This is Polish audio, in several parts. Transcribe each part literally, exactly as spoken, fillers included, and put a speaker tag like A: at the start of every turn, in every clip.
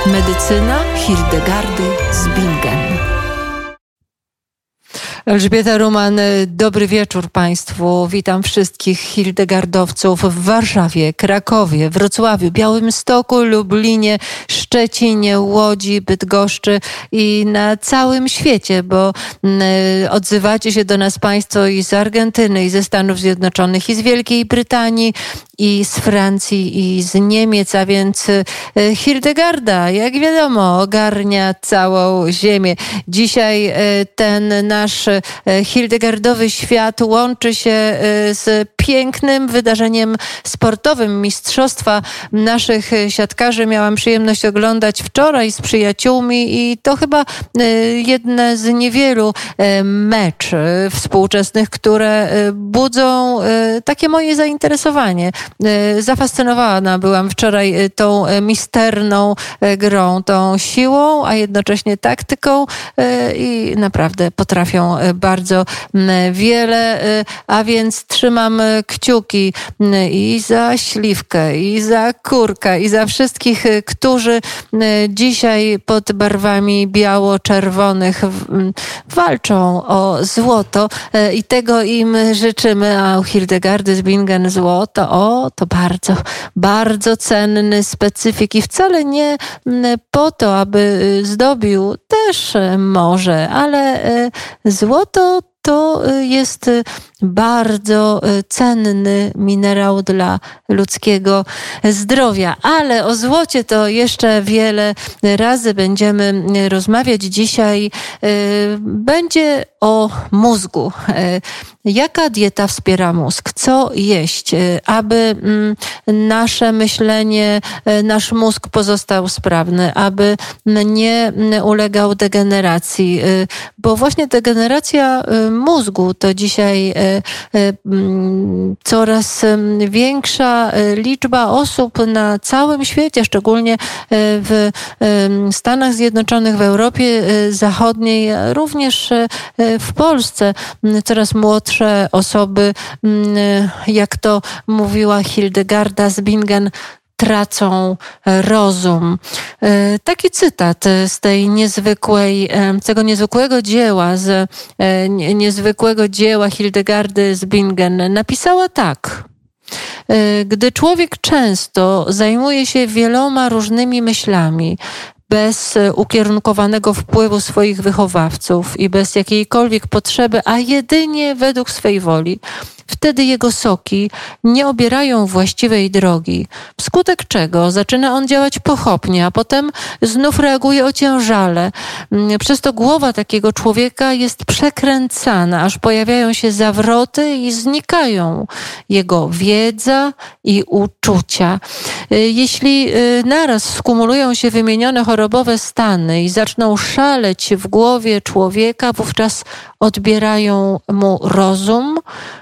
A: Medycyna Hildegardy z Bingen. Elżbieta Ruman, dobry wieczór Państwu. Witam wszystkich hildegardowców w Warszawie, Krakowie, Wrocławiu, Białymstoku, Lublinie, Szczecinie, Łodzi, Bydgoszczy i na całym świecie, bo odzywacie się do nas Państwo i z Argentyny, i ze Stanów Zjednoczonych, i z Wielkiej Brytanii, i z Francji, i z Niemiec, a więc Hildegarda, jak wiadomo, ogarnia całą ziemię. Dzisiaj ten nasz hildegardowy świat łączy się z pięknym wydarzeniem sportowym. Mistrzostwa naszych siatkarzy miałam przyjemność oglądać wczoraj z przyjaciółmi i to chyba jedne z niewielu mecz współczesnych, które budzą takie moje zainteresowanie. Zafascynowana byłam wczoraj tą misterną grą, tą siłą, a jednocześnie taktyką i naprawdę potrafią bardzo wiele, a więc trzymam kciuki i za Śliwkę, i za Kurka, i za wszystkich, którzy dzisiaj pod barwami biało-czerwonych walczą o złoto i tego im życzymy, a u Hildegardy z Bingen złoto, o, to bardzo, bardzo cenny specyfik i wcale nie po to, aby zdobił, też może, ale złoto to jest bardzo cenny minerał dla ludzkiego zdrowia. Ale o złocie to jeszcze wiele razy będziemy rozmawiać. Dzisiaj będzie o mózgu. Jaka dieta wspiera mózg? Co jeść, aby nasze myślenie, nasz mózg pozostał sprawny, aby nie ulegał degeneracji? Bo właśnie degeneracja mózgu to dzisiaj coraz większa liczba osób na całym świecie, szczególnie w Stanach Zjednoczonych, w Europie Zachodniej, również w Polsce. Coraz młodsze osoby, jak to mówiła Hildegarda z Bingen, tracą rozum. Taki cytat z tej niezwykłej, z tego niezwykłego dzieła, z niezwykłego dzieła Hildegardy z Bingen napisała tak. Gdy człowiek często zajmuje się wieloma różnymi myślami, bez ukierunkowanego wpływu swoich wychowawców i bez jakiejkolwiek potrzeby, a jedynie według swej woli, wtedy jego soki nie obierają właściwej drogi, wskutek czego zaczyna on działać pochopnie, a potem znów reaguje ociężale. Przez to głowa takiego człowieka jest przekręcana, aż pojawiają się zawroty i znikają jego wiedza i uczucia. Jeśli naraz skumulują się wymienione chorobowe stany i zaczną szaleć w głowie człowieka, wówczas odbierają mu rozum,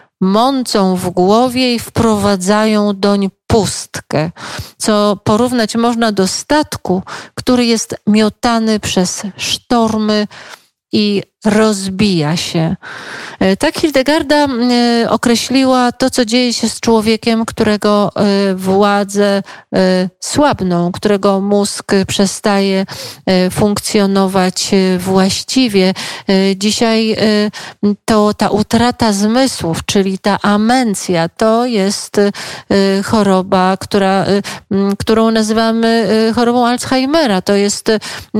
A: mącą w głowie i wprowadzają doń pustkę, co porównać można do statku, który jest miotany przez sztormy i rozbija się. Tak Hildegarda określiła to, co dzieje się z człowiekiem, którego władze słabną, którego mózg przestaje funkcjonować właściwie. Dzisiaj to ta utrata zmysłów, czyli ta amencja, to jest choroba, która, którą nazywamy chorobą Alzheimera. To jest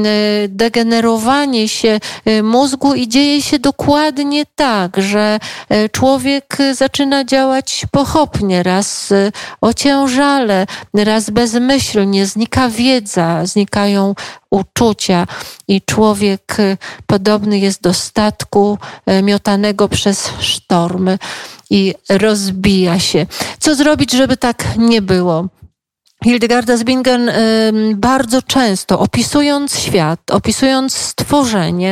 A: degenerowanie się mózgu i dzieje się dokładnie tak, że człowiek zaczyna działać pochopnie, raz ociężale, raz bezmyślnie, znika wiedza, znikają uczucia i człowiek podobny jest do statku miotanego przez sztormy i rozbija się. Co zrobić, żeby tak nie było? Hildegarda z Bingen bardzo często, opisując świat, opisując stworzenie,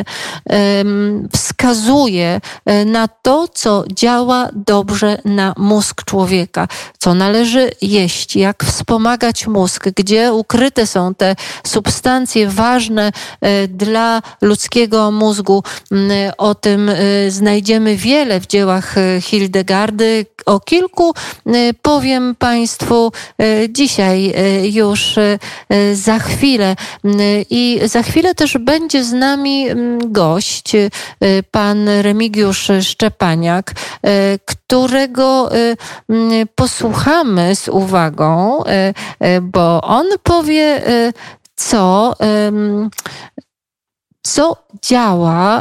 A: wskazuje na to, co działa dobrze na mózg człowieka, co należy jeść, jak wspomagać mózg, gdzie ukryte są te substancje ważne dla ludzkiego mózgu. O tym znajdziemy wiele w dziełach Hildegardy. O kilku powiem Państwu dzisiaj. tutaj już za chwilę. I za chwilę też będzie z nami gość, pan Remigiusz Szczepaniak, którego posłuchamy z uwagą, bo on powie, co, co działa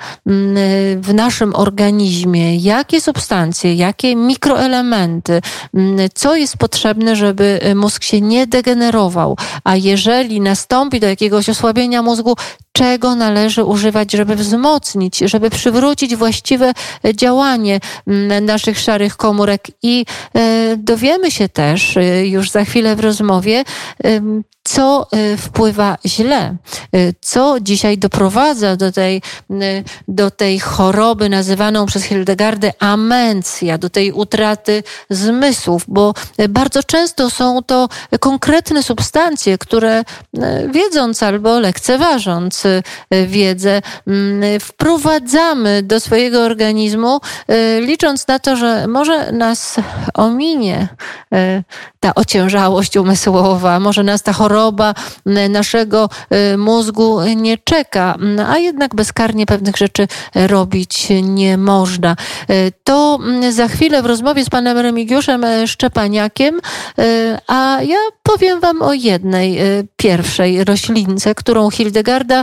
A: w naszym organizmie, jakie substancje, jakie mikroelementy, co jest potrzebne, żeby mózg się nie degenerował, a jeżeli nastąpi do jakiegoś osłabienia mózgu, czego należy używać, żeby wzmocnić, żeby przywrócić właściwe działanie naszych szarych komórek. I dowiemy się też już za chwilę w rozmowie, co wpływa źle, co dzisiaj doprowadza do tej, do tej choroby nazywaną przez Hildegardę amencja, do tej utraty zmysłów, bo bardzo często są to konkretne substancje, które wiedząc albo lekceważąc wiedzę, wprowadzamy do swojego organizmu, licząc na to, że może nas ominie ta ociężałość umysłowa, może nas ta choroba naszego mózgu nie czeka, a jednak bezkarnie pewnych rzeczy robić nie można. To za chwilę w rozmowie z panem Remigiuszem Szczepaniakiem, a ja powiem wam o jednej pierwszej roślince, którą Hildegarda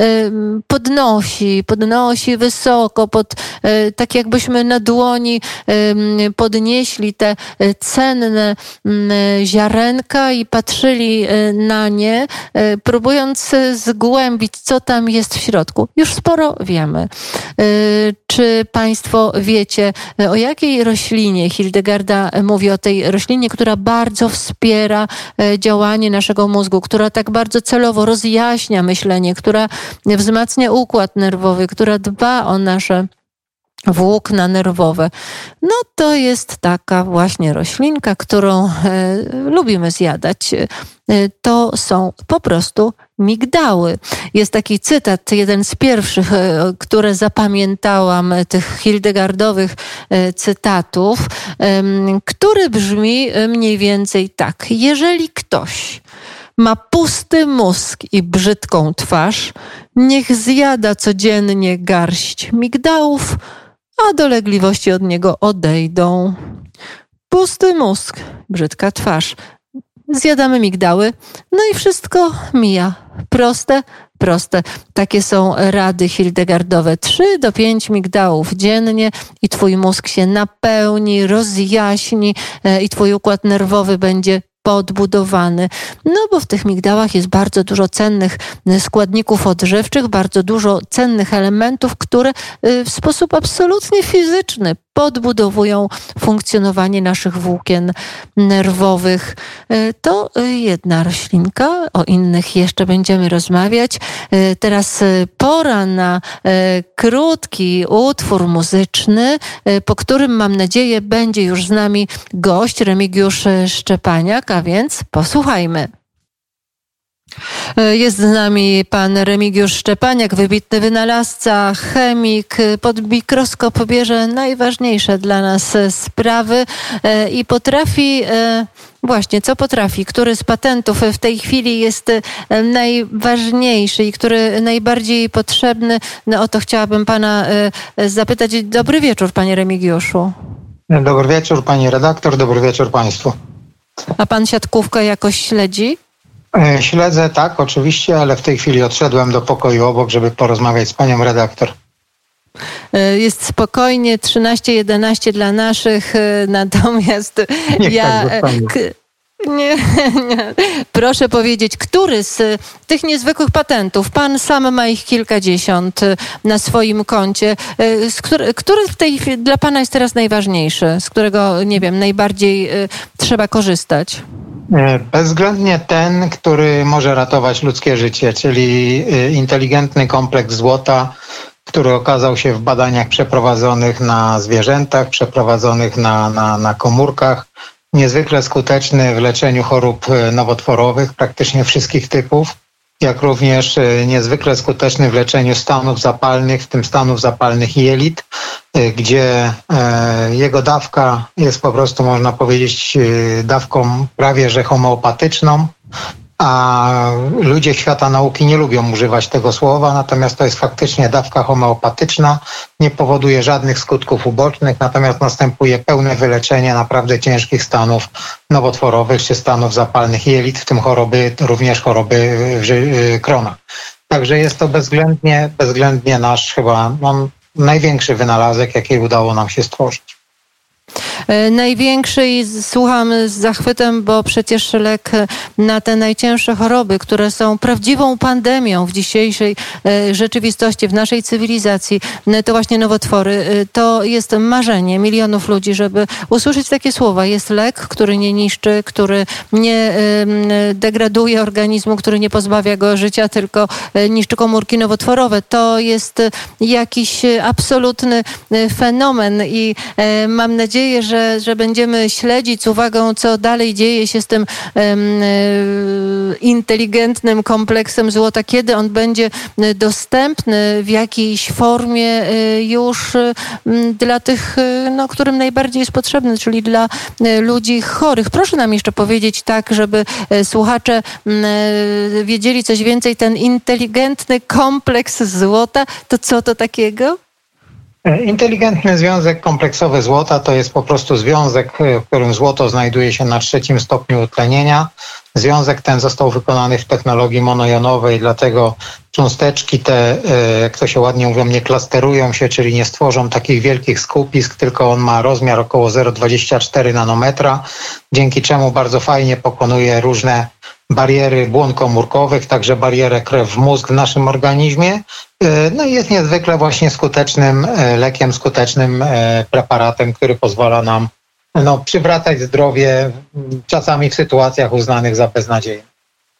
A: podnosi, podnosi wysoko, pod, tak jakbyśmy na dłoni podnieśli te cenne ziarenka i patrzyli na nie, próbując zgłębić, co tam jest w środku. Już sporo wiemy. Czy państwo wiecie, o jakiej roślinie Hildegarda mówi? O tej roślinie, która bardzo wspiera działanie naszego mózgu, która tak bardzo celowo rozjaśnia myślenie, która wzmacnia układ nerwowy, która dba o nasze włókna nerwowe. No to jest taka właśnie roślinka, którą e, lubimy zjadać. E, to są po prostu migdały. Jest taki cytat, jeden z pierwszych, e, które zapamiętałam, tych hildegardowych e, cytatów, e, który brzmi mniej więcej tak. Jeżeli ktoś ma pusty mózg i brzydką twarz, niech zjada codziennie garść migdałów, a dolegliwości od niego odejdą. Pusty mózg, brzydka twarz. Zjadamy migdały, no i wszystko mija. Proste, proste. Takie są rady hildegardowe. Trzy do pięciu migdałów dziennie i twój mózg się napełni, rozjaśni i twój układ nerwowy będzie podbudowany. No bo w tych migdałach jest bardzo dużo cennych składników odżywczych, bardzo dużo cennych elementów, które w sposób absolutnie fizyczny podbudowują funkcjonowanie naszych włókien nerwowych. To jedna roślinka, o innych jeszcze będziemy rozmawiać. Teraz pora na krótki utwór muzyczny, po którym mam nadzieję będzie już z nami gość Remigiusz Szczepaniak, a więc posłuchajmy. Jest z nami pan Remigiusz Szczepaniak, wybitny wynalazca, chemik, pod mikroskop bierze najważniejsze dla nas sprawy i potrafi, właśnie co potrafi, który z patentów w tej chwili jest najważniejszy i który najbardziej potrzebny. No o to chciałabym pana zapytać. Dobry wieczór, panie Remigiuszu.
B: Dobry wieczór, pani redaktor, dobry wieczór państwu.
A: A pan siatkówkę jakoś śledzi?
B: Śledzę, tak, oczywiście, ale w tej chwili odszedłem do pokoju obok, żeby porozmawiać z panią redaktor.
A: Jest spokojnie, trzynaście jedenaście dla naszych, natomiast
B: Niech
A: ja...
B: Tak
A: nie, nie. Proszę powiedzieć, który z tych niezwykłych patentów, pan sam ma ich kilkadziesiąt na swoim koncie, z który, który w tej chwili dla pana jest teraz najważniejszy, z którego, nie wiem, najbardziej trzeba korzystać?
B: Bezwzględnie ten, który może ratować ludzkie życie, czyli inteligentny kompleks złota, który okazał się w badaniach przeprowadzonych na zwierzętach, przeprowadzonych na, na, na komórkach, niezwykle skuteczny w leczeniu chorób nowotworowych, praktycznie wszystkich typów. jak również niezwykle skuteczny w leczeniu stanów zapalnych, w tym stanów zapalnych jelit, gdzie jego dawka jest po prostu, można powiedzieć, dawką prawie że homeopatyczną, a ludzie świata nauki nie lubią używać tego słowa, natomiast to jest faktycznie dawka homeopatyczna, nie powoduje żadnych skutków ubocznych, natomiast następuje pełne wyleczenie naprawdę ciężkich stanów nowotworowych czy stanów zapalnych jelit, w tym choroby, również choroby Crohna. Także jest to bezwzględnie, bezwzględnie nasz chyba no, największy wynalazek, jaki udało nam się stworzyć.
A: Największy i słucham z zachwytem, bo przecież lek na te najcięższe choroby, które są prawdziwą pandemią w dzisiejszej rzeczywistości, w naszej cywilizacji, to właśnie nowotwory. To jest marzenie milionów ludzi, żeby usłyszeć takie słowa. Jest lek, który nie niszczy, który nie degraduje organizmu, który nie pozbawia go życia, tylko niszczy komórki nowotworowe. To jest jakiś absolutny fenomen i mam nadzieję, że Że, że będziemy śledzić z uwagą, co dalej dzieje się z tym um, inteligentnym kompleksem złota, kiedy on będzie dostępny w jakiejś formie już um, dla tych, no, którym najbardziej jest potrzebny, czyli dla ludzi chorych. Proszę nam jeszcze powiedzieć tak, żeby słuchacze um, wiedzieli coś więcej. Ten inteligentny kompleks złota, to co to takiego?
B: Inteligentny związek kompleksowy złota to jest po prostu związek, w którym złoto znajduje się na trzecim stopniu utlenienia. Związek ten został wykonany w technologii monojonowej, dlatego cząsteczki te, jak to się ładnie mówią, nie klasterują się, czyli nie stworzą takich wielkich skupisk, tylko on ma rozmiar około zero przecinek dwadzieścia cztery nanometra, dzięki czemu bardzo fajnie pokonuje różne bariery błon komórkowych, także barierę krew w mózg w naszym organizmie. No i jest niezwykle właśnie skutecznym lekiem, skutecznym preparatem, który pozwala nam no, przywracać zdrowie czasami w sytuacjach uznanych za beznadziejne.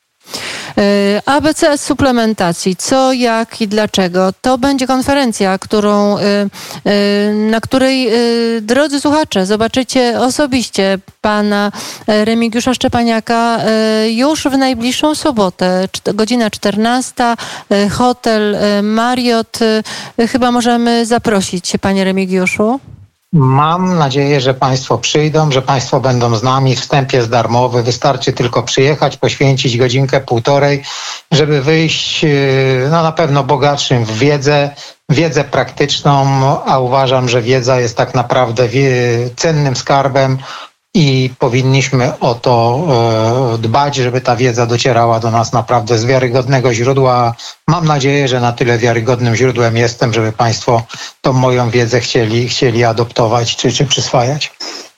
A: A B C suplementacji. Co, jak i dlaczego? To będzie konferencja, którą, na której, drodzy słuchacze, zobaczycie osobiście pana Remigiusza Szczepaniaka już w najbliższą sobotę, godzina czternasta, hotel Marriott. Chyba możemy zaprosić, panie Remigiuszu.
B: Mam nadzieję, że Państwo przyjdą, że Państwo będą z nami. Wstęp jest darmowy. Wystarczy tylko przyjechać, poświęcić godzinkę, półtorej, żeby wyjść no, na pewno bogatszym w wiedzę, wiedzę praktyczną, a uważam, że wiedza jest tak naprawdę cennym skarbem i powinniśmy o to e, dbać, żeby ta wiedza docierała do nas naprawdę z wiarygodnego źródła. Mam nadzieję, że na tyle wiarygodnym źródłem jestem, żeby Państwo tą moją wiedzę chcieli, chcieli adoptować czy, czy przyswajać.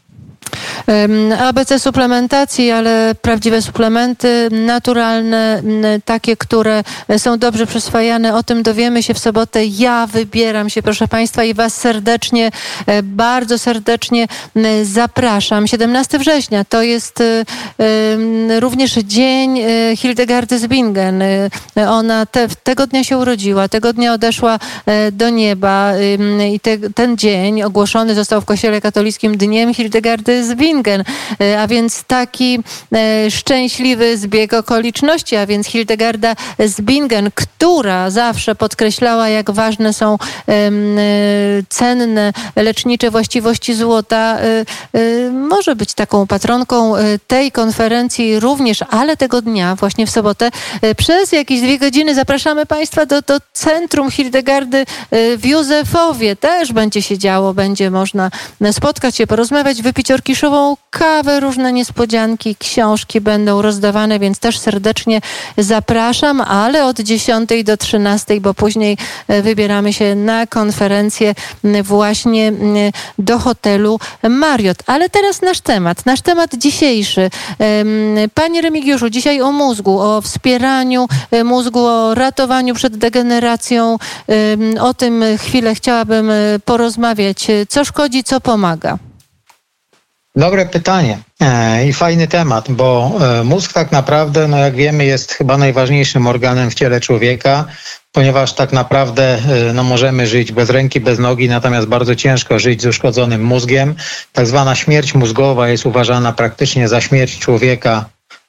A: A B C suplementacji, ale prawdziwe suplementy, naturalne, takie, które są dobrze przyswajane. O tym dowiemy się w sobotę. Ja wybieram się, proszę Państwa, i Was serdecznie, bardzo serdecznie zapraszam. siedemnastego września to jest również dzień Hildegardy z Bingen. Ona te, tego dnia się urodziła, tego dnia odeszła do nieba i te, ten dzień ogłoszony został w Kościele katolickim Dniem Hildegardy z Bingen. A więc taki e, szczęśliwy zbieg okoliczności, a więc Hildegarda z Bingen, która zawsze podkreślała, jak ważne są e, e, cenne, lecznicze właściwości złota, e, e, może być taką patronką e, tej konferencji również, ale tego dnia, właśnie w sobotę, e, przez jakieś dwie godziny zapraszamy Państwa do, do Centrum Hildegardy e, w Józefowie. Też będzie się działo, będzie można spotkać się, porozmawiać, wypić orkiszową kawę, różne niespodzianki, książki będą rozdawane, więc też serdecznie zapraszam, ale od dziesiątej do trzynastej, bo później wybieramy się na konferencję właśnie do hotelu Marriott. Ale teraz nasz temat, nasz temat dzisiejszy. Panie Remigiuszu, dzisiaj o mózgu, o wspieraniu mózgu, o ratowaniu przed degeneracją. O tym chwilę chciałabym porozmawiać. Co szkodzi, co pomaga?
B: Dobre pytanie i fajny temat, bo mózg tak naprawdę, no jak wiemy, jest chyba najważniejszym organem w ciele człowieka, ponieważ tak naprawdę no możemy żyć bez ręki, bez nogi, natomiast bardzo ciężko żyć z uszkodzonym mózgiem. Tak zwana śmierć mózgowa jest uważana praktycznie za śmierć człowieka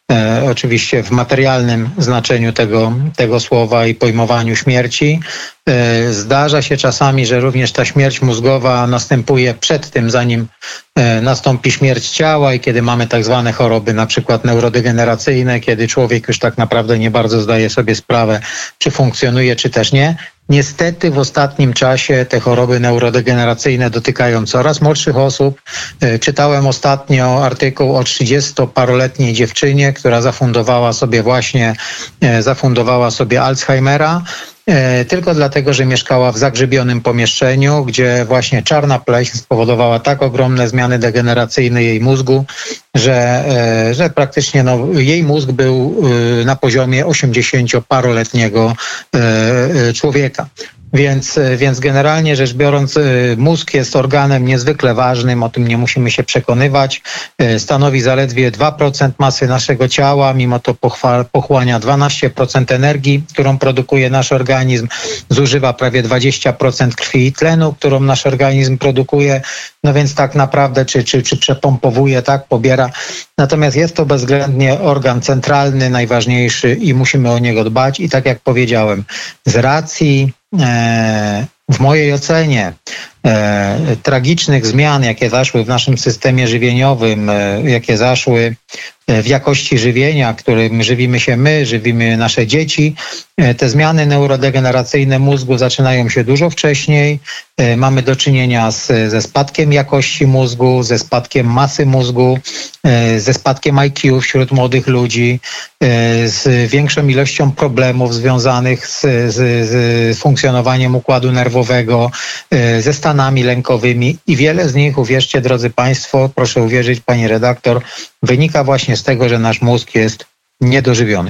B: e, oczywiście w materialnym znaczeniu tego, tego słowa i pojmowaniu śmierci. E, zdarza się czasami, że również ta śmierć mózgowa następuje przed tym, zanim e, nastąpi śmierć ciała i kiedy mamy tak zwane choroby, na przykład neurodegeneracyjne, kiedy człowiek już tak naprawdę nie bardzo zdaje sobie sprawę, czy funkcjonuje, czy też nie. Niestety w ostatnim czasie te choroby neurodegeneracyjne dotykają coraz młodszych osób. Czytałem ostatnio artykuł o trzydziestoparoletniej dziewczynie, która zafundowała sobie właśnie, zafundowała sobie Alzheimera, tylko dlatego, że mieszkała w zagrzybionym pomieszczeniu, gdzie właśnie czarna pleśń spowodowała tak ogromne zmiany degeneracyjne jej mózgu, że, że praktycznie no, jej mózg był na poziomie osiemdziesięcioparoletniego człowieka. Więc, więc generalnie rzecz biorąc, mózg jest organem niezwykle ważnym, o tym nie musimy się przekonywać. Stanowi zaledwie dwa procent masy naszego ciała, mimo to pochłania dwanaście procent energii, którą produkuje nasz organizm, zużywa prawie dwadzieścia procent krwi i tlenu, którą nasz organizm produkuje, no więc tak naprawdę, czy, czy, czy przepompowuje, tak, pobiera. Natomiast jest to bezwzględnie organ centralny, najważniejszy i musimy o niego dbać. I tak jak powiedziałem, z racji w mojej ocenie e, tragicznych zmian, jakie zaszły w naszym systemie żywieniowym, e, jakie zaszły w jakości żywienia, którym żywimy się my, żywimy nasze dzieci, e, te zmiany neurodegeneracyjne mózgu zaczynają się dużo wcześniej. E, mamy do czynienia z, ze spadkiem jakości mózgu, ze spadkiem masy mózgu, e, ze spadkiem I Q wśród młodych ludzi, e, z większą ilością problemów związanych z, z, z funkcjonowaniem układu nerwowego, e, ze stanami lękowymi i wiele z nich, uwierzcie drodzy Państwo, proszę uwierzyć Pani redaktor, wynika właśnie z tego, że nasz mózg jest niedożywiony.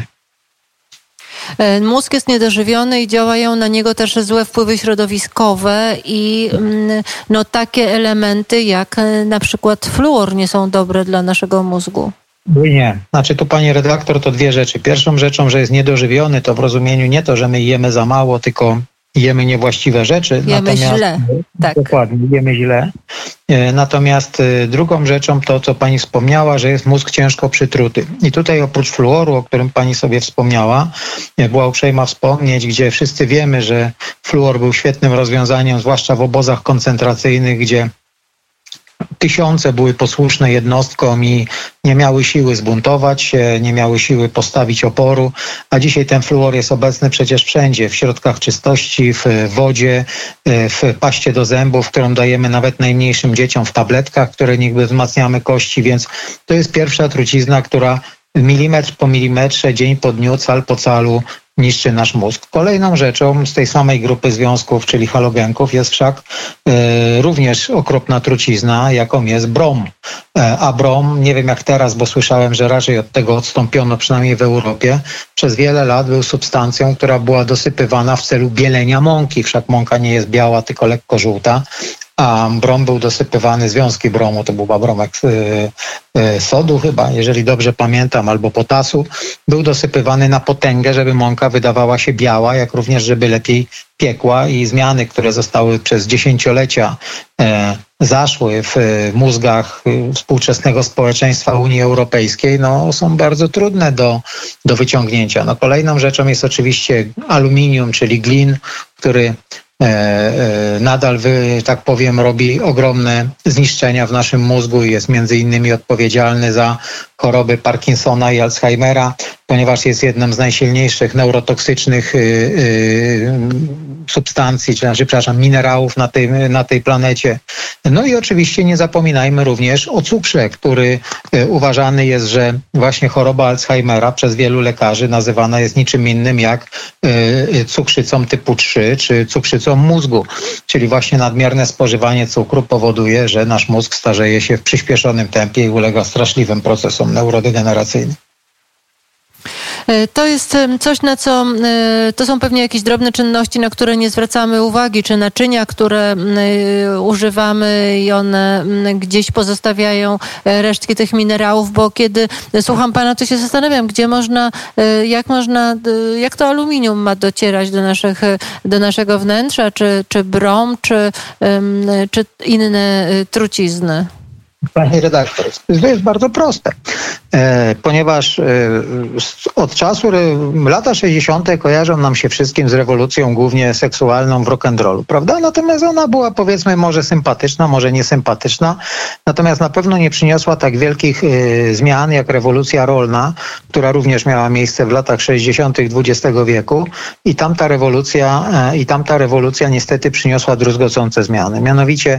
A: Mózg jest niedożywiony i działają na niego też złe wpływy środowiskowe i no, takie elementy jak na przykład fluor nie są dobre dla naszego mózgu.
B: Nie. Znaczy tu pani redaktor to dwie rzeczy. Pierwszą rzeczą, że jest niedożywiony, to w rozumieniu nie to, że my jemy za mało, tylko jemy niewłaściwe rzeczy.
A: Jemy
B: natomiast,
A: źle. Tak.
B: Dokładnie, jemy źle. Natomiast drugą rzeczą to, co pani wspomniała, że jest mózg ciężko przytruty. I tutaj oprócz fluoru, o którym pani sobie wspomniała, była uprzejma wspomnieć, gdzie wszyscy wiemy, że fluor był świetnym rozwiązaniem, zwłaszcza w obozach koncentracyjnych, gdzie tysiące były posłuszne jednostkom i nie miały siły zbuntować się, nie miały siły postawić oporu, a dzisiaj ten fluor jest obecny przecież wszędzie, w środkach czystości, w wodzie, w paście do zębów, którą dajemy nawet najmniejszym dzieciom w tabletkach, które niby wzmacniamy kości, więc to jest pierwsza trucizna, która milimetr po milimetrze, dzień po dniu, cal po calu niszczy nasz mózg. Kolejną rzeczą z tej samej grupy związków, czyli halogenków, jest wszak e, również okropna trucizna, jaką jest brom. E, a brom, nie wiem jak teraz, bo słyszałem, że raczej od tego odstąpiono, przynajmniej w Europie, przez wiele lat był substancją, która była dosypywana w celu bielenia mąki. Wszak mąka nie jest biała, tylko lekko żółta. A brom był dosypywany, związki bromu, to był bromek sodu chyba, jeżeli dobrze pamiętam, albo potasu, był dosypywany na potęgę, żeby mąka wydawała się biała, jak również, żeby lepiej piekła i zmiany, które zostały przez dziesięciolecia e, zaszły w mózgach współczesnego społeczeństwa Unii Europejskiej, no są bardzo trudne do, do wyciągnięcia. No, kolejną rzeczą jest oczywiście aluminium, czyli glin, który nadal, tak powiem, robi ogromne zniszczenia w naszym mózgu i jest między innymi odpowiedzialny za choroby Parkinsona i Alzheimera, ponieważ jest jednym z najsilniejszych neurotoksycznych substancji, czy znaczy, przepraszam, minerałów na tej, na tej planecie. No i oczywiście nie zapominajmy również o cukrze, który uważany jest, że właśnie choroba Alzheimera przez wielu lekarzy nazywana jest niczym innym jak cukrzycą typu trzy, czy cukrzycą mózgu. Czyli właśnie nadmierne spożywanie cukru powoduje, że nasz mózg starzeje się w przyspieszonym tempie i ulega straszliwym procesom neurodegeneracyjnym.
A: To jest coś, na co, to są pewnie jakieś drobne czynności, na które nie zwracamy uwagi, czy naczynia, które używamy i one gdzieś pozostawiają resztki tych minerałów, bo kiedy słucham pana, to się zastanawiam, gdzie można, jak można, jak to aluminium ma docierać do naszych, do naszego wnętrza, czy, czy brom, czy, czy inne trucizny.
B: Pani redaktor, to jest bardzo proste, ponieważ od czasu, lata sześćdziesiąte kojarzą nam się wszystkim z rewolucją głównie seksualną w rock'n'rollu, prawda? Natomiast ona była, powiedzmy, może sympatyczna, może niesympatyczna, natomiast na pewno nie przyniosła tak wielkich zmian jak rewolucja rolna, która również miała miejsce w latach sześćdziesiątych dwudziestego wieku i tamta rewolucja, i tamta rewolucja niestety przyniosła druzgocące zmiany. Mianowicie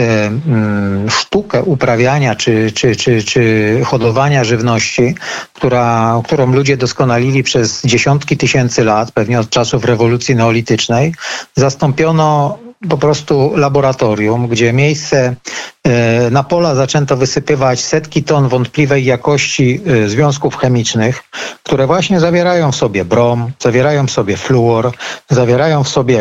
B: sztukę uprawiania czy, czy, czy, czy hodowania żywności, która, którą ludzie doskonalili przez dziesiątki tysięcy lat, pewnie od czasów rewolucji neolitycznej, zastąpiono po prostu laboratorium, gdzie miejsce na pola zaczęto wysypywać setki ton wątpliwej jakości związków chemicznych, które właśnie zawierają w sobie brom, zawierają w sobie fluor, zawierają w sobie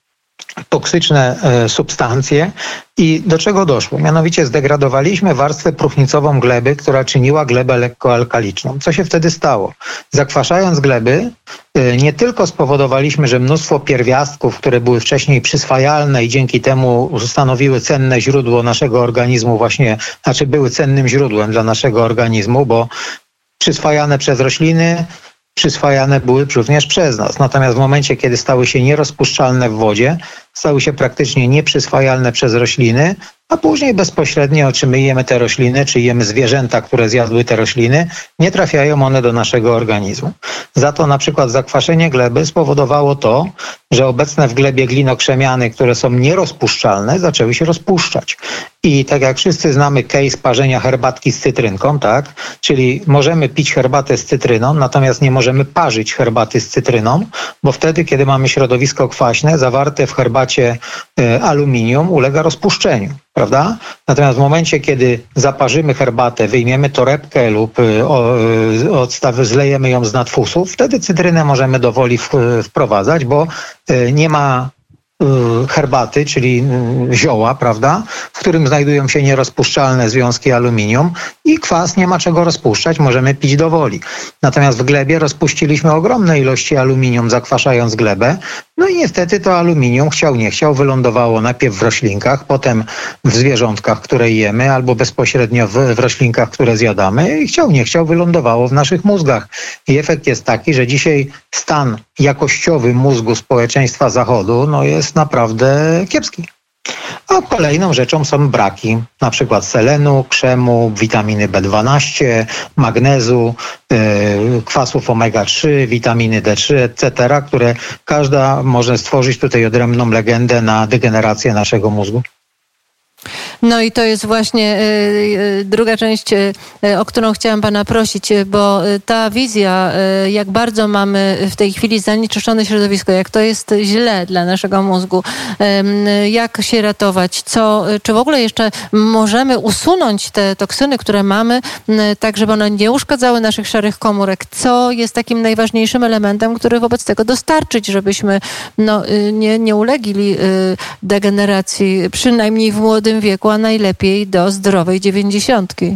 B: toksyczne e, substancje i do czego doszło? Mianowicie zdegradowaliśmy warstwę próchnicową gleby, która czyniła glebę lekkoalkaliczną. Co się wtedy stało? Zakwaszając gleby, e, nie tylko spowodowaliśmy, że mnóstwo pierwiastków, które były wcześniej przyswajalne i dzięki temu stanowiły cenne źródło naszego organizmu, właśnie, znaczy były cennym źródłem dla naszego organizmu, bo przyswajane przez rośliny, przyswajane były również przez nas. Natomiast w momencie, kiedy stały się nierozpuszczalne w wodzie, stały się praktycznie nieprzyswajalne przez rośliny, a później bezpośrednio, czy my jemy te rośliny, czy jemy zwierzęta, które zjadły te rośliny, nie trafiają one do naszego organizmu. Za to na przykład zakwaszenie gleby spowodowało to, że obecne w glebie glinokrzemiany, które są nierozpuszczalne, zaczęły się rozpuszczać. I tak jak wszyscy znamy case parzenia herbatki z cytrynką, tak? Czyli możemy pić herbatę z cytryną, natomiast nie możemy parzyć herbaty z cytryną, bo wtedy, kiedy mamy środowisko kwaśne, zawarte w herbacie y, aluminium ulega rozpuszczeniu. Prawda? Natomiast w momencie, kiedy zaparzymy herbatę, wyjmiemy torebkę lub y, o, y, odstawy, zlejemy ją z nadfusów, wtedy cytrynę możemy do woli w, wprowadzać, bo y, nie ma herbaty, czyli zioła, prawda, w którym znajdują się nierozpuszczalne związki aluminium i kwas nie ma czego rozpuszczać, możemy pić do woli. Natomiast w glebie rozpuściliśmy ogromne ilości aluminium, zakwaszając glebę, no i niestety to aluminium, chciał nie chciał, wylądowało najpierw w roślinkach, potem w zwierzątkach, które jemy, albo bezpośrednio w, w roślinkach, które zjadamy i chciał nie chciał, wylądowało w naszych mózgach. I efekt jest taki, że dzisiaj stan jakościowy mózgu społeczeństwa Zachodu no jest naprawdę kiepski. A kolejną rzeczą są braki, na przykład selenu, krzemu, witaminy B dwanaście, magnezu, yy, kwasów omega trzy, witaminy D trzy, et cetera, które każda może stworzyć tutaj odrębną legendę na degenerację naszego mózgu.
A: No i to jest właśnie y, y, druga część, y, o którą chciałam pana prosić, bo ta wizja, y, jak bardzo mamy w tej chwili zanieczyszczone środowisko, jak to jest źle dla naszego mózgu, y, jak się ratować, co, czy w ogóle jeszcze możemy usunąć te toksyny, które mamy, y, tak żeby one nie uszkadzały naszych szarych komórek, co jest takim najważniejszym elementem, który wobec tego dostarczyć, żebyśmy no, y, nie, nie ulegli y, degeneracji, przynajmniej w młodym wieku, a najlepiej do zdrowej dziewięćdziesiątki.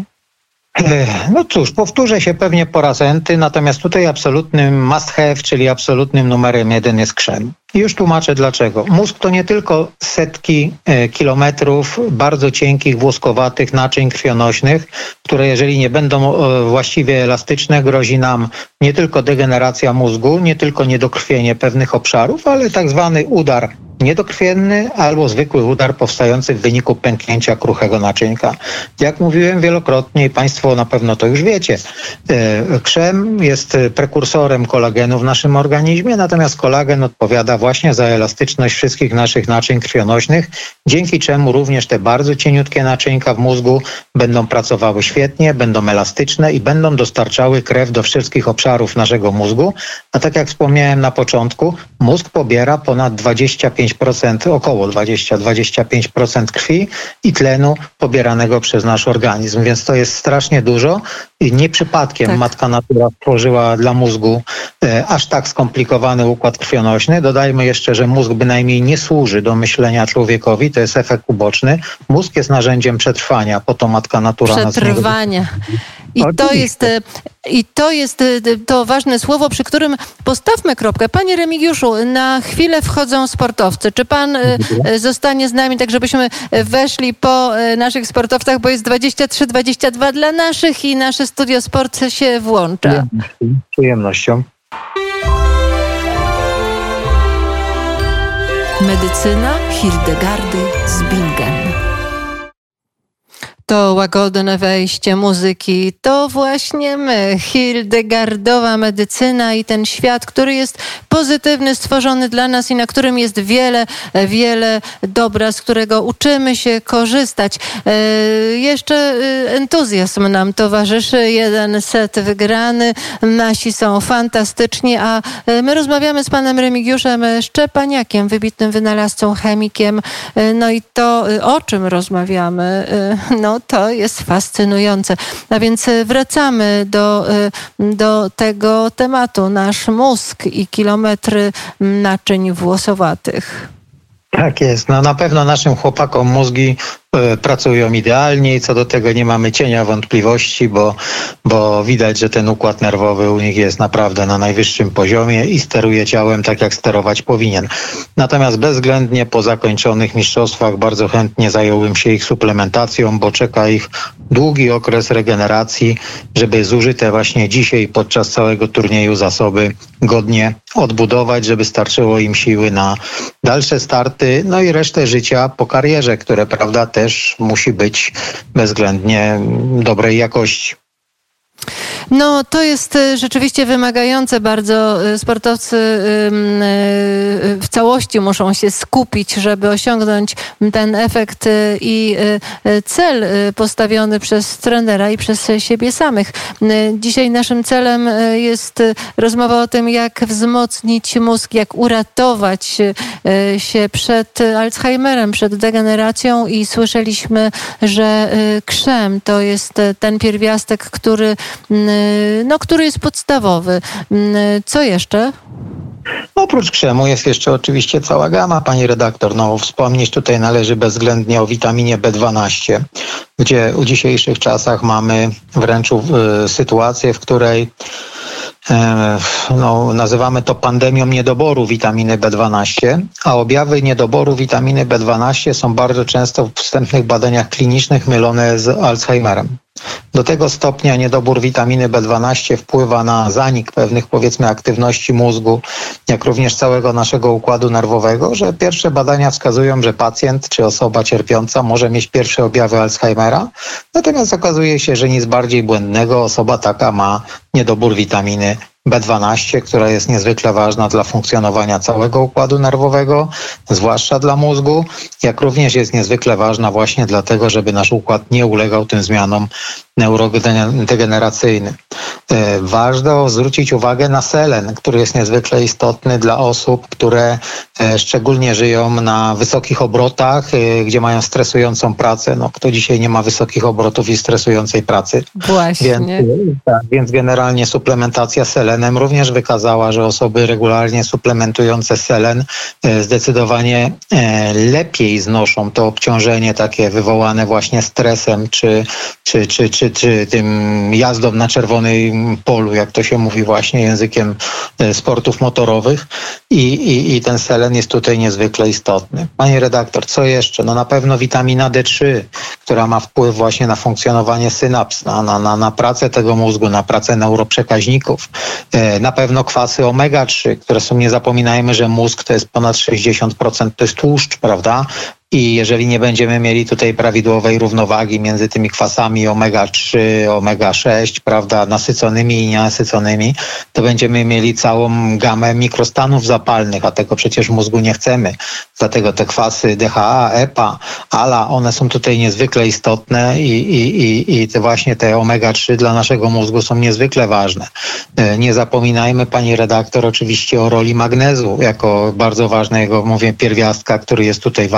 B: No cóż, powtórzę się pewnie po raz enty, natomiast tutaj absolutnym must have, czyli absolutnym numerem jeden jest krzem. I już tłumaczę dlaczego. Mózg to nie tylko setki e, kilometrów bardzo cienkich, włoskowatych naczyń krwionośnych, które jeżeli nie będą e, właściwie elastyczne, grozi nam nie tylko degeneracja mózgu, nie tylko niedokrwienie pewnych obszarów, ale tak zwany udar niedokrwienny albo zwykły udar powstający w wyniku pęknięcia kruchego naczynka. Jak mówiłem wielokrotnie i Państwo na pewno to już wiecie, krzem jest prekursorem kolagenu w naszym organizmie, natomiast kolagen odpowiada właśnie za elastyczność wszystkich naszych naczyń krwionośnych, dzięki czemu również te bardzo cieniutkie naczynka w mózgu będą pracowały świetnie, będą elastyczne i będą dostarczały krew do wszystkich obszarów naszego mózgu, a tak jak wspomniałem na początku, mózg pobiera ponad dwadzieścia pięć procent, około dwadzieścia do dwudziestu pięciu procent krwi i tlenu pobieranego przez nasz organizm, więc to jest strasznie dużo nie przypadkiem tak. Matka Natura stworzyła dla mózgu e, aż tak skomplikowany układ krwionośny. Dodajmy jeszcze, że mózg bynajmniej nie służy do myślenia człowiekowi, to jest efekt uboczny. Mózg jest narzędziem przetrwania, po to Matka Natura nas
A: Przetrwania. I to jest, I to jest to ważne słowo, przy którym postawmy kropkę. Panie Remigiuszu, na chwilę wchodzą sportowcy. Czy pan zostanie z nami, tak żebyśmy weszli po naszych sportowcach, bo jest dwadzieścia trzy dwadzieścia dwa dla naszych i nasze Studio Sport się włącza.
B: Z przyjemnością.
A: Medycyna Hildegardy z Bingen. To łagodne wejście muzyki, to właśnie my, Hildegardowa medycyna i ten świat, który jest pozytywny, stworzony dla nas i na którym jest wiele, wiele dobra, z którego uczymy się korzystać. E, jeszcze entuzjazm nam towarzyszy, jeden set wygrany, nasi są fantastyczni, a my rozmawiamy z panem Remigiuszem Szczepaniakiem, wybitnym wynalazcą, chemikiem. No i to, o czym rozmawiamy, no to jest fascynujące. A więc wracamy do, do tego tematu. Nasz mózg i kilometry naczyń włosowatych.
B: Tak jest. No na pewno naszym chłopakom mózgi y, pracują idealnie i co do tego nie mamy cienia wątpliwości, bo, bo widać, że ten układ nerwowy u nich jest naprawdę na najwyższym poziomie i steruje ciałem tak, jak sterować powinien. Natomiast bezwzględnie po zakończonych mistrzostwach bardzo chętnie zająłbym się ich suplementacją, bo czeka ich długi okres regeneracji, żeby zużyte właśnie dzisiaj podczas całego turnieju zasoby godnie odbudować, żeby starczyło im siły na dalsze starty, no i resztę życia po karierze, które, prawda, też musi być bezwzględnie dobrej jakości.
A: No to jest rzeczywiście wymagające bardzo. Sportowcy w całości muszą się skupić, żeby osiągnąć ten efekt i cel postawiony przez trenera i przez siebie samych. Dzisiaj naszym celem jest rozmowa o tym, jak wzmocnić mózg, jak uratować się przed Alzheimerem, przed degeneracją i słyszeliśmy, że krzem to jest ten pierwiastek, który no, który jest podstawowy. Co jeszcze?
B: Oprócz krzemu jest jeszcze oczywiście cała gama, pani redaktor. No, wspomnieć tutaj należy bezwzględnie o witaminie B dwanaście, gdzie w dzisiejszych czasach mamy wręcz y, sytuację, w której no, nazywamy to pandemią niedoboru witaminy B dwanaście, a objawy niedoboru witaminy B dwanaście są bardzo często w wstępnych badaniach klinicznych mylone z Alzheimerem. Do tego stopnia niedobór witaminy B dwanaście wpływa na zanik pewnych, powiedzmy, aktywności mózgu, jak również całego naszego układu nerwowego, że pierwsze badania wskazują, że pacjent czy osoba cierpiąca może mieć pierwsze objawy Alzheimera, natomiast okazuje się, że nic bardziej błędnego, osoba taka ma niedobór witaminy B dwanaście, która jest niezwykle ważna dla funkcjonowania całego układu nerwowego, zwłaszcza dla mózgu, jak również jest niezwykle ważna właśnie dlatego, żeby nasz układ nie ulegał tym zmianom neurodegeneracyjnym. Ważne zwrócić uwagę na selen, który jest niezwykle istotny dla osób, które szczególnie żyją na wysokich obrotach, gdzie mają stresującą pracę. No, kto dzisiaj nie ma wysokich obrotów i stresującej pracy?
A: Właśnie.
B: Więc, tak, więc generalnie suplementacja selenem również wykazała, że osoby regularnie suplementujące selen zdecydowanie lepiej znoszą to obciążenie takie wywołane właśnie stresem czy, czy, czy, czy, czy tym jazdą na czerwonym polu, jak to się mówi właśnie językiem sportów motorowych i, i, i ten selen jest tutaj niezwykle istotny. Pani redaktor, co jeszcze? No na pewno witamina D trzy, która ma wpływ właśnie na funkcjonowanie synaps, na, na, na, na pracę tego mózgu, na pracę neuroprzekaźników. Na pewno kwasy omega trzy, które są, nie zapominajmy, że mózg to jest ponad sześćdziesiąt procent, to jest tłuszcz, prawda? I jeżeli nie będziemy mieli tutaj prawidłowej równowagi między tymi kwasami omega trzy, omega sześć, prawda, nasyconymi i nienasyconymi, to będziemy mieli całą gamę mikrostanów zapalnych, a tego przecież w mózgu nie chcemy. Dlatego te kwasy D H A, E P A, A L A, one są tutaj niezwykle istotne i, i, i, i te właśnie te omega trzy dla naszego mózgu są niezwykle ważne. Nie zapominajmy, pani redaktor, oczywiście o roli magnezu, jako bardzo ważnego, mówię, pierwiastka, który jest tutaj ważny dla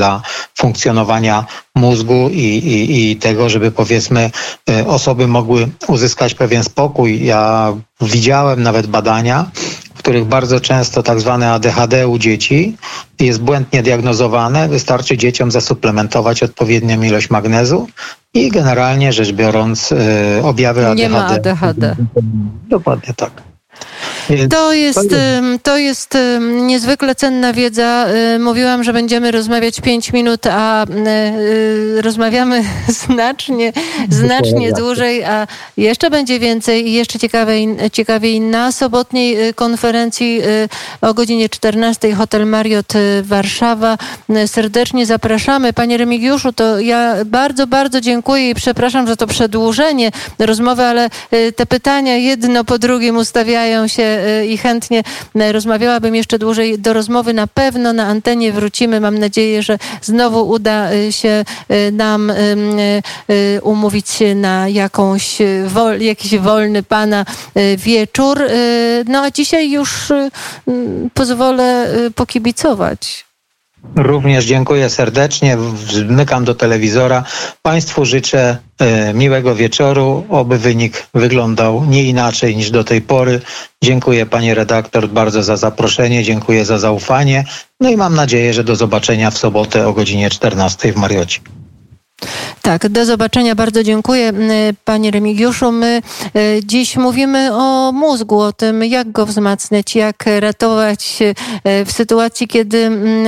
B: dla funkcjonowania mózgu i, i, i tego, żeby powiedzmy osoby mogły uzyskać pewien spokój. Ja widziałem nawet badania, w których bardzo często tak zwane A D H D u dzieci jest błędnie diagnozowane. Wystarczy dzieciom zasuplementować odpowiednią ilość magnezu i generalnie rzecz biorąc objawy A D H D.
A: Nie ma A D H D.
B: Dokładnie tak.
A: To jest, to jest niezwykle cenna wiedza. Mówiłam, że będziemy rozmawiać pięć minut, a rozmawiamy znacznie, znacznie dłużej, a jeszcze będzie więcej i jeszcze ciekawiej, ciekawiej na sobotniej konferencji o godzinie czternastej Hotel Marriott Warszawa. Serdecznie zapraszamy. Panie Remigiuszu, to ja bardzo, bardzo dziękuję i przepraszam za to przedłużenie rozmowy, ale te pytania jedno po drugim ustawiają się i chętnie rozmawiałabym jeszcze dłużej. Do rozmowy na pewno na antenie wrócimy. Mam nadzieję, że znowu uda się nam umówić się na jakąś, jakiś wolny Pana wieczór. No a dzisiaj już pozwolę pokibicować.
B: Również dziękuję serdecznie. Wmykam do telewizora. Państwu życzę e, miłego wieczoru. Oby wynik wyglądał nie inaczej niż do tej pory. Dziękuję pani redaktor bardzo za zaproszenie. Dziękuję za zaufanie. No i mam nadzieję, że do zobaczenia w sobotę o godzinie czternastej w Mariotcie.
A: Tak, do zobaczenia. Bardzo dziękuję, panie Remigiuszu. My dziś mówimy o mózgu, o tym, jak go wzmacniać, jak ratować w sytuacji, kiedy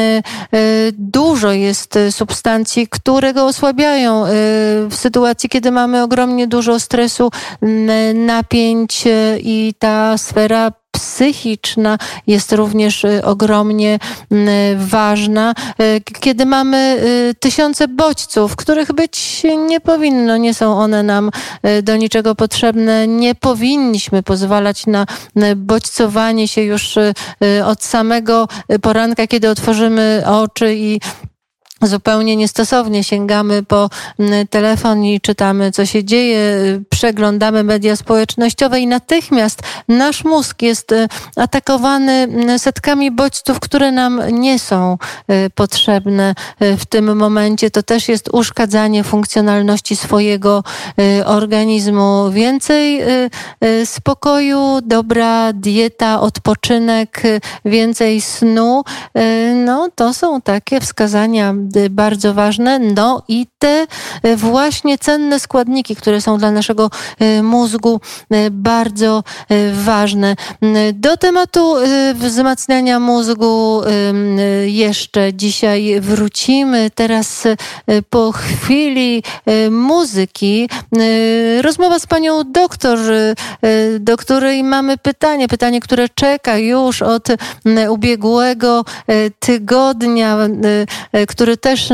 A: dużo jest substancji, które go osłabiają, w sytuacji, kiedy mamy ogromnie dużo stresu, napięć i ta sfera psychiczna jest również ogromnie ważna. Kiedy mamy tysiące bodźców, których być nie powinno, nie są one nam do niczego potrzebne, nie powinniśmy pozwalać na bodźcowanie się już od samego poranka, kiedy otworzymy oczy i zupełnie niestosownie sięgamy po telefon i czytamy, co się dzieje, przeglądamy media społecznościowe i natychmiast nasz mózg jest atakowany setkami bodźców, które nam nie są potrzebne w tym momencie. To też jest uszkadzanie funkcjonalności swojego organizmu. Więcej spokoju, dobra dieta, odpoczynek, więcej snu. No, to są takie wskazania bardzo ważne, no i te właśnie cenne składniki, które są dla naszego mózgu bardzo ważne. Do tematu wzmacniania mózgu jeszcze dzisiaj wrócimy. Teraz po chwili muzyki rozmowa z panią doktor, do której mamy pytanie, pytanie, które czeka już od ubiegłego tygodnia, który też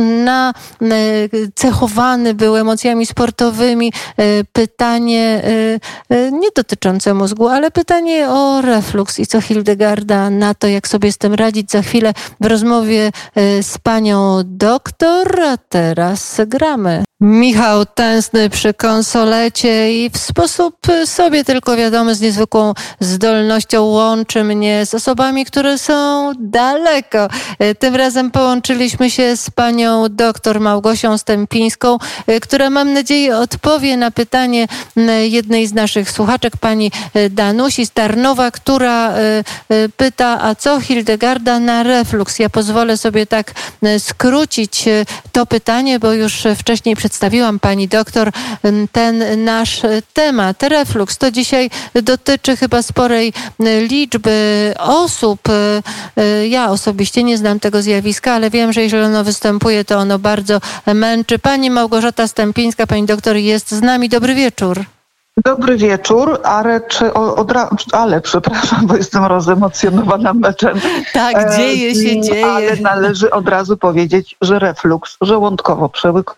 A: nacechowany był emocjami sportowymi. Pytanie nie dotyczące mózgu, ale pytanie o refluks i co Hildegarda na to, jak sobie z tym radzić. Za chwilę w rozmowie z panią doktor, a teraz gramy. Michał Tęsny przy konsolecie i w sposób sobie tylko wiadomy, z niezwykłą zdolnością łączy mnie z osobami, które są daleko. Tym razem połączyliśmy się z panią doktor Małgosią Stępińską, która, mam nadzieję, odpowie na pytanie jednej z naszych słuchaczek, pani Danusi z Tarnowa, która pyta, a co Hildegarda na refluks? Ja pozwolę sobie tak skrócić to pytanie, bo już wcześniej przedstawiłam pani doktor ten nasz temat. Refluks to dzisiaj dotyczy chyba sporej liczby osób. Ja osobiście nie znam tego zjawiska, ale wiem, że jeżeli ono występuje, to ono bardzo męczy. Pani Małgorzata Stępińska, pani doktor jest z nami. Dobry wieczór.
C: Dobry wieczór, ale, czy, od, ale przepraszam, bo jestem rozemocjonowana meczem.
A: Tak, dzieje się, dzieje.
C: Ale należy od razu powiedzieć, że refluks żołądkowo-przełykowy,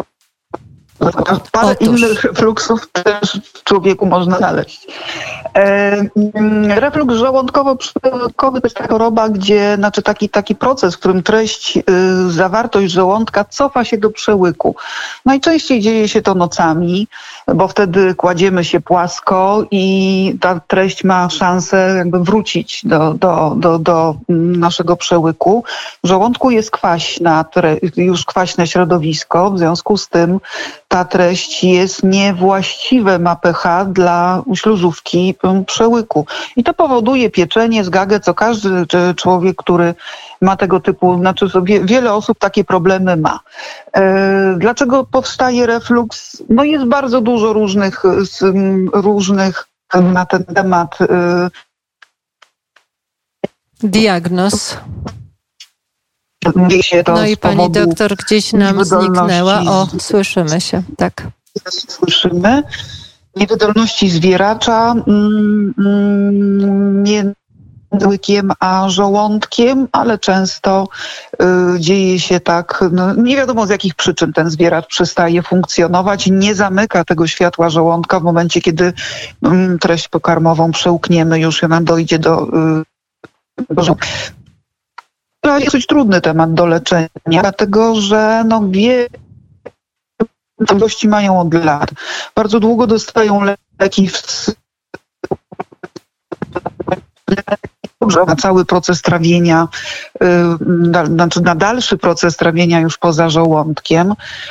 C: parę
A: Otóż.
C: innych refluksów też w człowieku można znaleźć. E, refluks żołądkowo-przełykowy to jest taka choroba, gdzie, znaczy taki, taki proces, w którym treść, y, zawartość żołądka cofa się do przełyku. Najczęściej dzieje się to nocami. bo wtedy kładziemy się płasko i ta treść ma szansę jakby wrócić do, do, do, do naszego przełyku. W żołądku jest kwaśna, już kwaśne środowisko, w związku z tym ta treść jest niewłaściwe, ma pH dla śluzówki przełyku. I to powoduje pieczenie, zgagę, co każdy człowiek, który ma tego typu, znaczy sobie, wiele osób takie problemy ma. Dlaczego powstaje refluks? No jest bardzo dużo różnych, różnych na ten temat
A: diagnoz.
C: No
A: i pani doktor gdzieś nam zniknęła. O, słyszymy się, tak.
C: Słyszymy. Niewydolności zwieracza między łykiem a żołądkiem, ale często y, dzieje się tak, no, nie wiadomo z jakich przyczyn ten zwierzak przestaje funkcjonować i nie zamyka tego światła żołądka w momencie, kiedy y, treść pokarmową przełkniemy, już nam dojdzie do, y, do żołądka. To jest dosyć trudny temat do leczenia, dlatego że no, wie, gości mają od lat. Bardzo długo dostają leki w na cały proces trawienia, znaczy na dalszy proces trawienia już poza żołądkiem.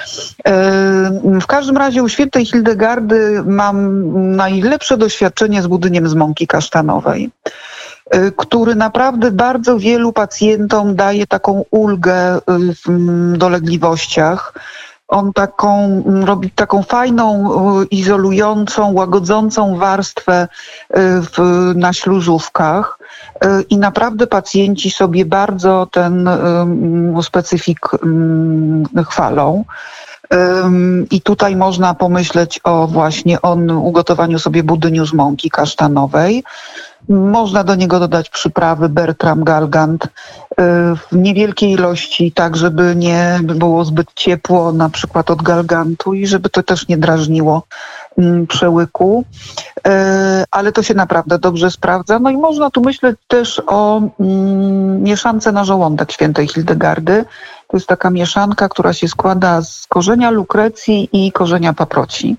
C: W każdym razie u świętej Hildegardy mam najlepsze doświadczenie z budyniem z mąki kasztanowej, który naprawdę bardzo wielu pacjentom daje taką ulgę w dolegliwościach. On taką, robi taką fajną, izolującą, łagodzącą warstwę w, na śluzówkach i naprawdę pacjenci sobie bardzo ten um, specyfik um, chwalą. Um, I tutaj można pomyśleć o właśnie o ugotowaniu sobie budyniu z mąki kasztanowej. Można do niego dodać przyprawy Bertram Galgant w niewielkiej ilości, tak żeby nie było zbyt ciepło, na przykład od galgantu i żeby to też nie drażniło przełyku, ale to się naprawdę dobrze sprawdza. No i można tu myśleć też o mieszance na żołądek świętej Hildegardy. To jest taka mieszanka, która się składa z korzenia lukrecji i korzenia paproci.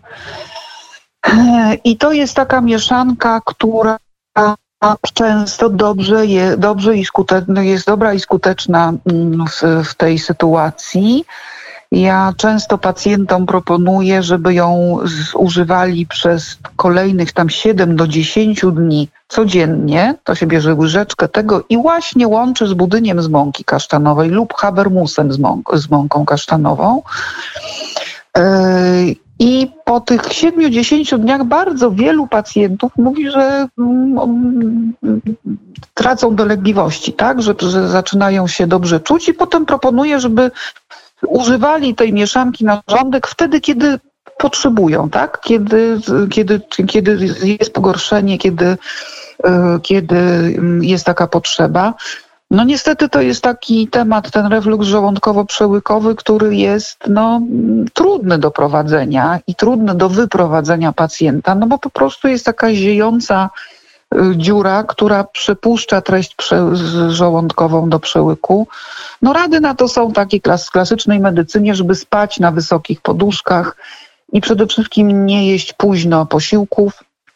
C: I to jest taka mieszanka, która często dobrze, je, dobrze i skuteczna, jest dobra i skuteczna w, w tej sytuacji. Ja często pacjentom proponuję, żeby ją używali przez kolejnych tam siedem do dziesięciu dni codziennie. To się bierze łyżeczkę tego i właśnie łączy z budyniem z mąki kasztanowej lub habermusem z, mąk, z mąką kasztanową. Yy, I po tych siedmiu, dziesięciu dniach bardzo wielu pacjentów mówi, że um, tracą dolegliwości, tak? Że, że zaczynają się dobrze czuć i potem proponuję, żeby używali tej mieszanki na żołądek wtedy, kiedy potrzebują, tak? Kiedy, kiedy, kiedy jest pogorszenie, kiedy, kiedy jest taka potrzeba. No niestety to jest taki temat, ten refluks żołądkowo-przełykowy, który jest no, trudny do prowadzenia i trudny do wyprowadzenia pacjenta, no bo po prostu jest taka ziejąca dziura, która przepuszcza treść żołądkową do przełyku. No rady na to są takie klas- w klasycznej medycynie, żeby spać na wysokich poduszkach i przede wszystkim nie jeść późno posiłków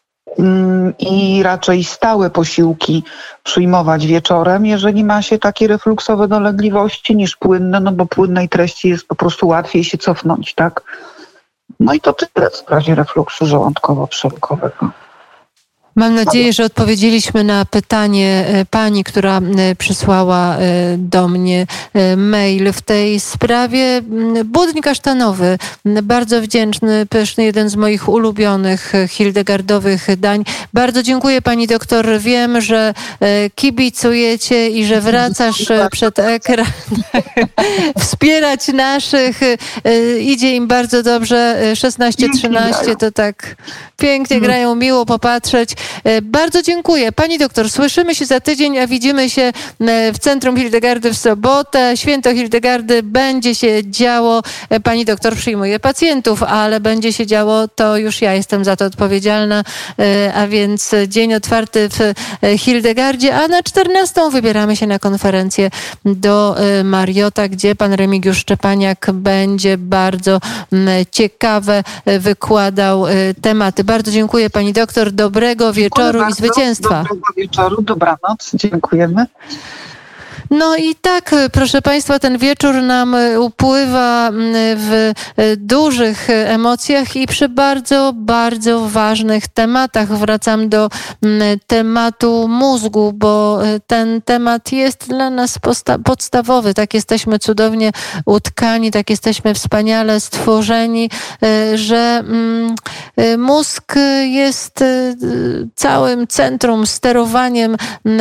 C: i raczej stałe posiłki przyjmować wieczorem, jeżeli ma się takie refluksowe dolegliwości niż płynne, no bo płynnej treści jest po prostu łatwiej się cofnąć, tak? No i to tyle w sprawie refluksu żołądkowo-przełykowego.
A: Mam nadzieję, że odpowiedzieliśmy na pytanie pani, która przysłała do mnie mail w tej sprawie. Budyń kasztanowy, bardzo wdzięczny, pyszny, jeden z moich ulubionych hildegardowych dań. Bardzo dziękuję pani doktor. Wiem, że kibicujecie i że wracasz przed ekran wspierać naszych. Idzie im bardzo dobrze. szesnaście trzynaście to tak pięknie grają, miło popatrzeć. Bardzo dziękuję. Pani doktor, słyszymy się za tydzień, a widzimy się w Centrum Hildegardy w sobotę. Święto Hildegardy będzie się działo. Pani doktor przyjmuje pacjentów, ale będzie się działo, to już ja jestem za to odpowiedzialna, a więc dzień otwarty w Hildegardzie, a na czternastą wybieramy się na konferencję do Mariota, gdzie pan Remigiusz Szczepaniak będzie bardzo ciekawe wykładał tematy. Bardzo dziękuję pani doktor, dobrego wieczoru
C: Dziękuję
A: i zwycięstwa.
C: Dobrego wieczoru, dobranoc, dziękujemy.
A: No i tak, proszę państwa, ten wieczór nam upływa w dużych emocjach i przy bardzo, bardzo ważnych tematach. Wracam do tematu mózgu, bo ten temat jest dla nas podstawowy. Tak jesteśmy cudownie utkani, tak jesteśmy wspaniale stworzeni, że mózg jest całym centrum, sterowaniem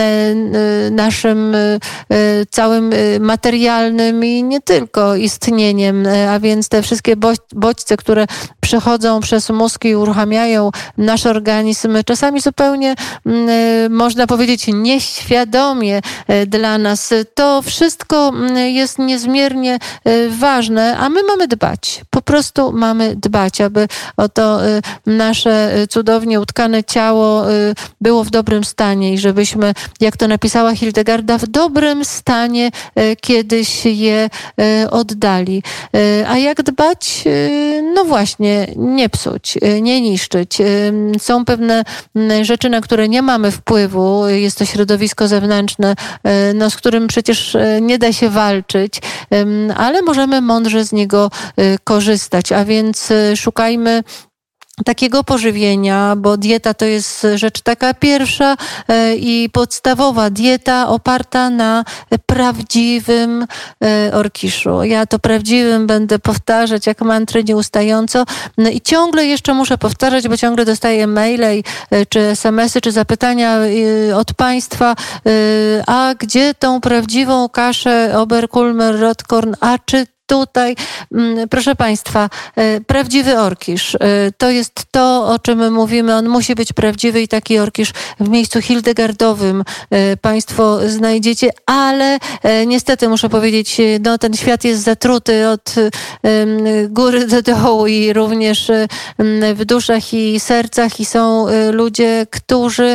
A: naszym całym materialnym i nie tylko istnieniem, a więc te wszystkie bodźce, które przechodzą przez mózg i uruchamiają nasz organizm, czasami zupełnie, można powiedzieć, nieświadomie dla nas. To wszystko jest niezmiernie ważne, a my mamy dbać. Po prostu mamy dbać, aby o to nasze cudownie utkane ciało było w dobrym stanie i żebyśmy, jak to napisała Hildegarda, w dobrym stanie kiedyś je oddali. A jak dbać? No właśnie, nie psuć, nie niszczyć. Są pewne rzeczy, na które nie mamy wpływu. Jest to środowisko zewnętrzne, no, z którym przecież nie da się walczyć, ale możemy mądrze z niego korzystać. A więc szukajmy takiego pożywienia, bo dieta to jest rzecz taka pierwsza i podstawowa. Dieta oparta na prawdziwym orkiszu. Ja to prawdziwym będę powtarzać jak mantrę nieustająco i ciągle jeszcze muszę powtarzać, bo ciągle dostaję maile czy es em esy, czy zapytania od państwa, a gdzie tą prawdziwą kaszę Oberkulmer, Rotkorn, a czy tutaj, proszę państwa, prawdziwy orkisz. To jest to, o czym mówimy. On musi być prawdziwy i taki orkisz w miejscu hildegardowym państwo znajdziecie, ale niestety muszę powiedzieć, no ten świat jest zatruty od góry do dołu i również w duszach i sercach i są ludzie, którzy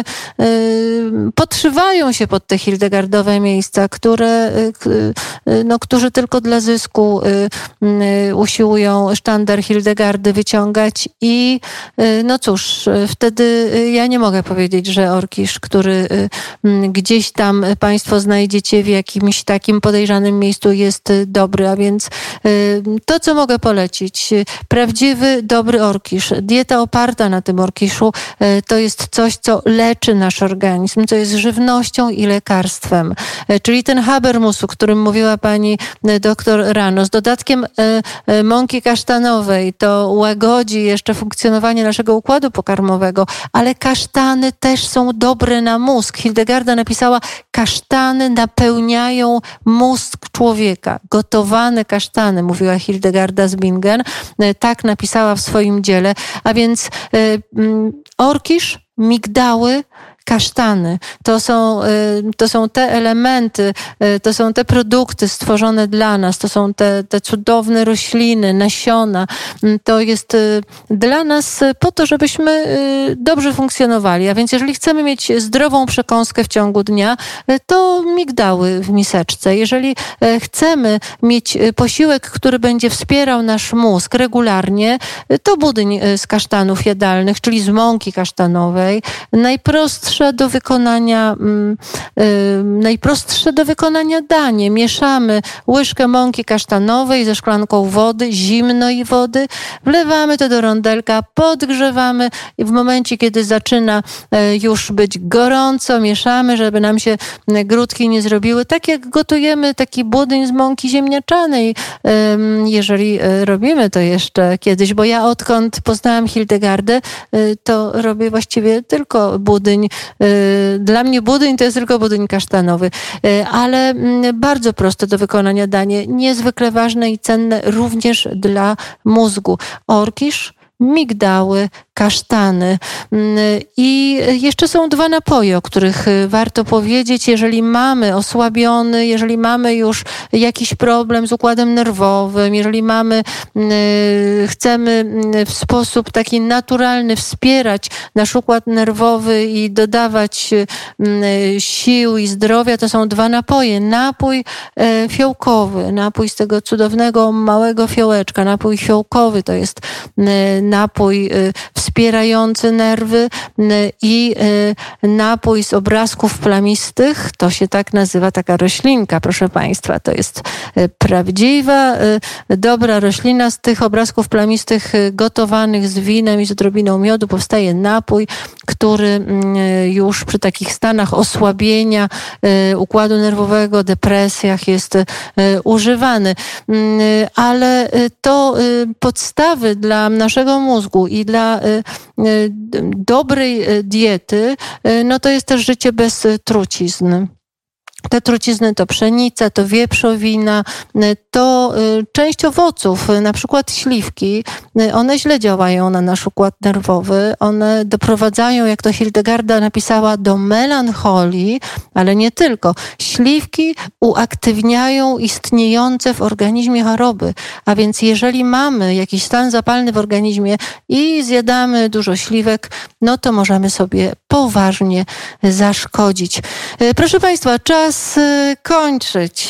A: podszywają się pod te hildegardowe miejsca, które, no, którzy tylko dla zysku usiłują sztandar Hildegardy wyciągać i no cóż, wtedy ja nie mogę powiedzieć, że orkisz, który gdzieś tam państwo znajdziecie w jakimś takim podejrzanym miejscu, jest dobry, a więc to, co mogę polecić, prawdziwy, dobry orkisz, dieta oparta na tym orkiszu, to jest coś, co leczy nasz organizm, co jest żywnością i lekarstwem, czyli ten habermus, o którym mówiła pani doktor rano, z dodatkiem mąki kasztanowej, to łagodzi jeszcze funkcjonowanie naszego układu pokarmowego, ale kasztany też są dobre na mózg. Hildegarda napisała, kasztany napełniają mózg człowieka. Gotowane kasztany, mówiła Hildegarda z Bingen, tak napisała w swoim dziele, a więc orkisz, migdały, kasztany. To są, to są te elementy, to są te produkty stworzone dla nas, to są te, te cudowne rośliny, nasiona. To jest dla nas po to, żebyśmy dobrze funkcjonowali. A więc jeżeli chcemy mieć zdrową przekąskę w ciągu dnia, to migdały w miseczce. Jeżeli chcemy mieć posiłek, który będzie wspierał nasz mózg regularnie, to budyń z kasztanów jadalnych, czyli z mąki kasztanowej. Najprostsze do wykonania, yy, najprostsze do wykonania danie. Mieszamy łyżkę mąki kasztanowej ze szklanką wody, zimnej wody, wlewamy to do rondelka, podgrzewamy i w momencie, kiedy zaczyna yy, już być gorąco, mieszamy, żeby nam się grudki nie zrobiły. Tak jak gotujemy taki budyń z mąki ziemniaczanej, yy, jeżeli yy, robimy to jeszcze kiedyś, bo ja odkąd poznałam Hildegardę, yy, to robię właściwie tylko budyń. Dla mnie budyń to jest tylko budyń kasztanowy, ale bardzo proste do wykonania danie, niezwykle ważne i cenne również dla mózgu. Orkisz, migdały, kasztany. I jeszcze są dwa napoje, o których warto powiedzieć. Jeżeli mamy osłabiony, jeżeli mamy już jakiś problem z układem nerwowym, jeżeli mamy, chcemy w sposób taki naturalny wspierać nasz układ nerwowy i dodawać sił i zdrowia, to są dwa napoje. Napój fiołkowy, napój z tego cudownego małego fiołeczka. Napój fiołkowy to jest napój wspierający nerwy i napój z obrazków plamistych. To się tak nazywa, taka roślinka, proszę Państwa. To jest prawdziwa, dobra roślina. Z tych obrazków plamistych gotowanych z winem i z odrobiną miodu powstaje napój, który już przy takich stanach osłabienia układu nerwowego, depresjach jest używany. Ale to podstawy dla naszego mózgu i dla dobrej diety, no to jest też życie bez trucizn. Te trucizny to pszenica, to wieprzowina, to część owoców, na przykład śliwki. One źle działają na nasz układ nerwowy. One doprowadzają, jak to Hildegarda napisała, do melancholii, ale nie tylko. Śliwki uaktywniają istniejące w organizmie choroby. A więc jeżeli mamy jakiś stan zapalny w organizmie i zjadamy dużo śliwek, no to możemy sobie poważnie zaszkodzić. Proszę Państwa, czas kończyć.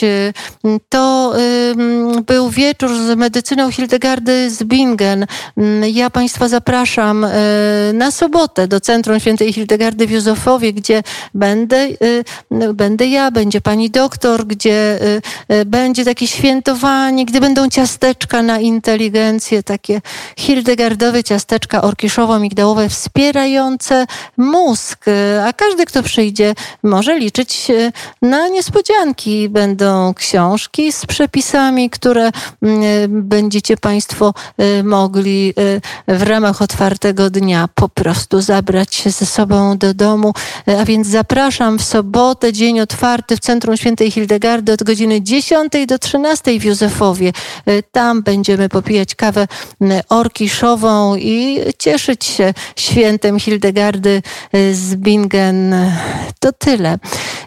A: To był wieczór z medycyną Hildegardy z Bingen. Ja Państwa zapraszam na sobotę do Centrum Świętej Hildegardy w Józefowie, gdzie będę, będę ja, będzie pani doktor, gdzie będzie takie świętowanie, gdzie będą ciasteczka na inteligencję, takie hildegardowe ciasteczka orkiszowo-migdałowe wspierające mózg. A każdy, kto przyjdzie, może liczyć na niespodzianki. Będą książki z przepisami, które będziecie Państwo mogli w ramach otwartego dnia po prostu zabrać ze sobą do domu. A więc zapraszam w sobotę, dzień otwarty w Centrum Świętej Hildegardy od godziny dziesiątej do trzynastej w Józefowie. Tam będziemy popijać kawę orkiszową i cieszyć się świętem Hildegardy z Bingen. To tyle.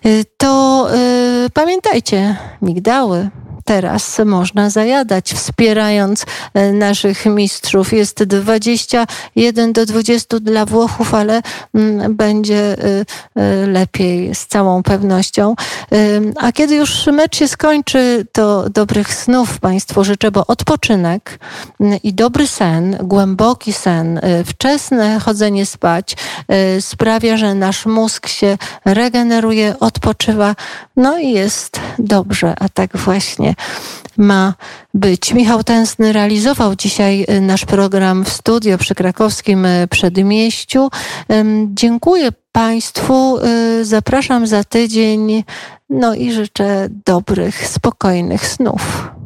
A: To y, pamiętajcie, migdały teraz można zajadać, wspierając naszych mistrzów. Jest dwadzieścia jeden do dwudziestu dla Włochów, ale będzie lepiej z całą pewnością. A kiedy już mecz się skończy, to dobrych snów Państwu życzę, bo odpoczynek i dobry sen, głęboki sen, wczesne chodzenie spać sprawia, że nasz mózg się regeneruje, odpoczywa, no i jest dobrze, a tak właśnie ma być. Michał Tęsny realizował dzisiaj nasz program w studio przy Krakowskim Przedmieściu. Dziękuję Państwu, zapraszam za tydzień, no i życzę dobrych, spokojnych snów.